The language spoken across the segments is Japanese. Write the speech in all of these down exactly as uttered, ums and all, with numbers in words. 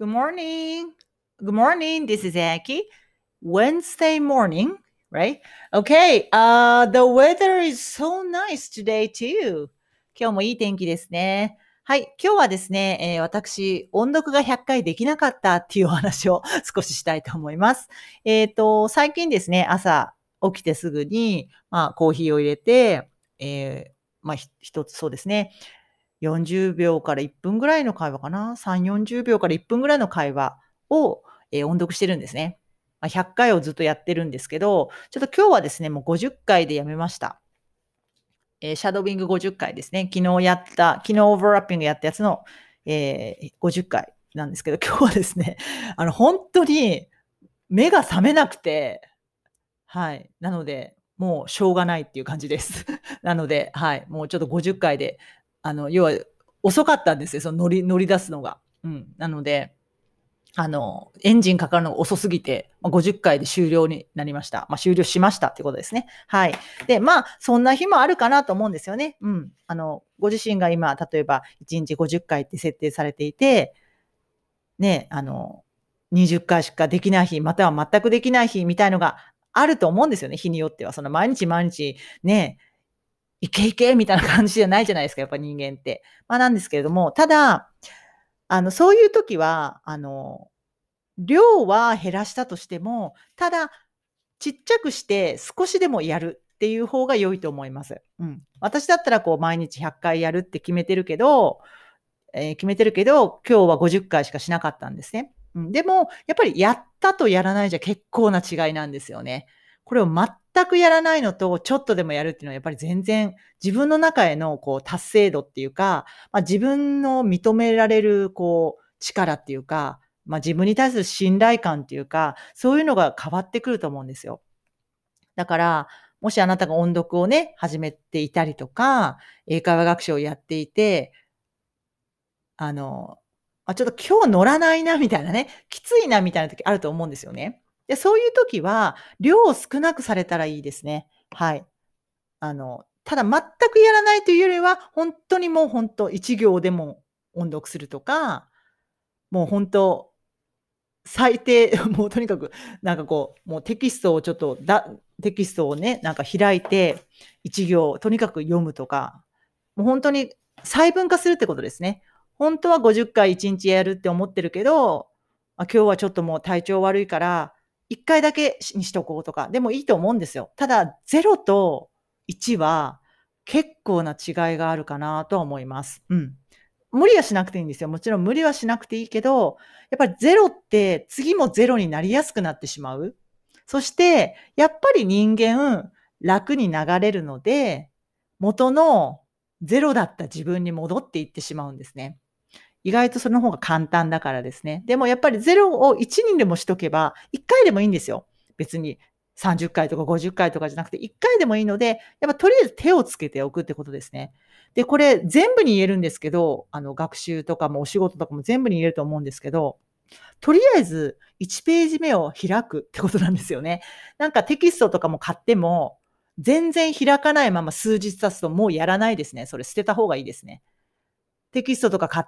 Good morning. Good morning. This is Aki. Wednesday morning, right? Okay. Uh, the weather is so nice today too. 今日もいい天気ですね。はい。今日はですね、えー私、音読がひゃっかいできなかったっていうお話を少ししたいと思います。えっ、と、最近ですね、朝起きてすぐに、まあ、コーヒーを入れて、えーまあ、ひ一つそうですね、よんじゅうびょうからいっぷんぐらいの会話かな。さん、よんじゅうびょうからいっぷんぐらいの会話を、えー音読してるんですね。まあ、ひゃっかいをずっとやってるんですけど、ちょっと今日はですね、もうごじゅっかいでやめました。えーシャドーウィングごじゅっかいですね。昨日やった、昨日オーバーラッピングやったやつの、えーごじゅっかいなんですけど、今日はですね、あの、本当に目が覚めなくて、はい。なので、もうしょうがないっていう感じです。なので、はい。もうちょっとごじゅっかいで、あの、要は遅かったんですよ、その乗り乗り出すのが。うん。なので、あの、エンジンかかるのが遅すぎて、ま、ごじゅっかいで終了になりました。ま、終了しましたってことですね。はい。で、まあ、そんな日もあるかなと思うんですよね。うん。あの、ご自身が今、例えばいちにちごじゅっかいって設定されていて、ね、あの、にじゅっかいしかできない日、または全くできない日みたいのがあると思うんですよね、日によっては。その毎日毎日ね、いけいけみたいな感じじゃないじゃないですか、やっぱ人間って。ま、なんですけれども、ただ、あの、そういう時は、あの、量は減らしたとしても、ただ、ちっちゃくして少しでもやるっていう方が良いと思います。うん。私だったらこう毎日ひゃっかいやるって決めてるけどえー決めてるけど、今日はごじゅっかいしかしなかったんですね。うん、でも、やっぱりやったとやらないじゃ結構な違いなんですよね。これを全くやらないのと、ちょっとでもやるっていうのはやっぱり全然自分の中へのこう達成度っていうか、まあ、自分の認められるこう力っていうか、まあ、自分に対する信頼感っていうか、そういうのが変わってくると思うんですよ。だから、もしあなたが音読をね、始めていたりとか、英会話学習をやっていて、あの、あ、ちょっと今日乗らないなみたいなね、きついなみたいな時あると思うんですよね。で、そういう時は、量を少なくされたらいいですね。はい。あの、ただ全くやらないというよりは、ほんとにもうほんといち行でも音読するとか、もうほんと、最低もうとにかく、なんかこう、もうテキストをちょっと、だテキストをね、なんか開いて、いち行とにかく読むとか、もうほんとに細分化するってことですね。ほんとはごじゅっかいいちにちやるって思ってるけど、あ、今日はちょっともう体調悪いから、いっかいだけしにしとこうとか、でもいいと思うんですよ。ただ、ゼロといちは結構な違いがあるかなとは思います。うん。無理はしなくていいんですよ。もちろん無理はしなくていいけど、やっぱりゼロって次もゼロになりやすくなってしまう。そして、やっぱり人間、楽に流れるので、元のゼロだった自分に戻っていってしまうんですね。意外とその方が簡単だからですね。でもやっぱりゼロをいちにでもしとけば、いっかいでもいいんですよ。別にさんじゅっかいとかごじゅっかいとかじゃなくていっかいでもいいので、やっぱとりあえず手をつけておくってことですね。で、これ全部に言えるんですけど、あの、学習とかもお仕事とかも全部に言えると思うんですけど、とりあえずいちページ目を開くってことなんですよね。なんかテキストとかも買っても、全然開かないまま数日経つともうやらないですね。それ捨てた方がいいですね。テキストとか買って、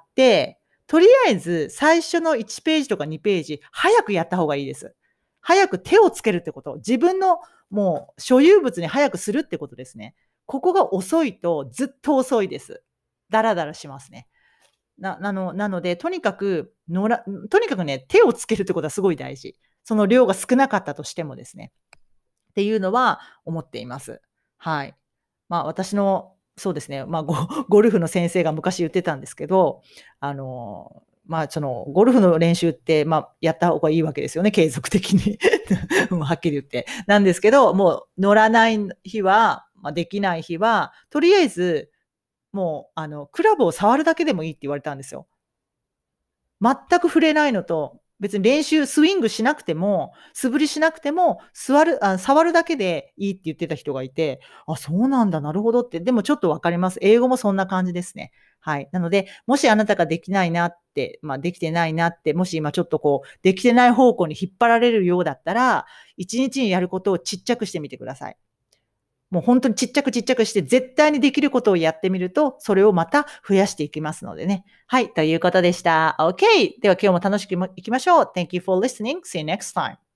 とりあえず最初のいちページとかにページ、早くやった方がいいです。早く手をつけるってこと。自分のもう所有物に早くするってことですね。ここが遅いとずっと遅いです。だらだらしますね。ななのなので、とにかく、のらとにかくね、手をつけるってことはすごい大事。その量が少なかったとしてもですね。っていうのは思っています。はい。まあ、私の、そうですね、まあ、ゴゴルフの先生が昔言ってたんですけど、あの、まあ、その、ゴルフの練習って、まあ、やった方がいいわけですよね、継続的に。もうはっきり言って。なんですけど、もう乗らない日は、まあ、できない日は、とりあえず、もう、あの、クラブを触るだけでもいいって言われたんですよ。全く触れないのと、別に練習スイングしなくても、素振りしなくても、座るあ、触るだけでいいって言ってた人がいて、あ、そうなんだ、なるほどって、でもちょっと分かります。英語もそんな感じですね。はい。なので、もしあなたができないなって、まあ、できてないなって、もし今ちょっとこう、できてない方向に引っ張られるようだったら、いちにちにやることをちっちゃくしてみてください。 もう本当にちっちゃくちっちゃくして、絶対にできることをやってみると、それをまた増やしていきますのでね。はい、ということでした。OK! では今日も楽しくいきましょう。Thank you for listening. See you next time.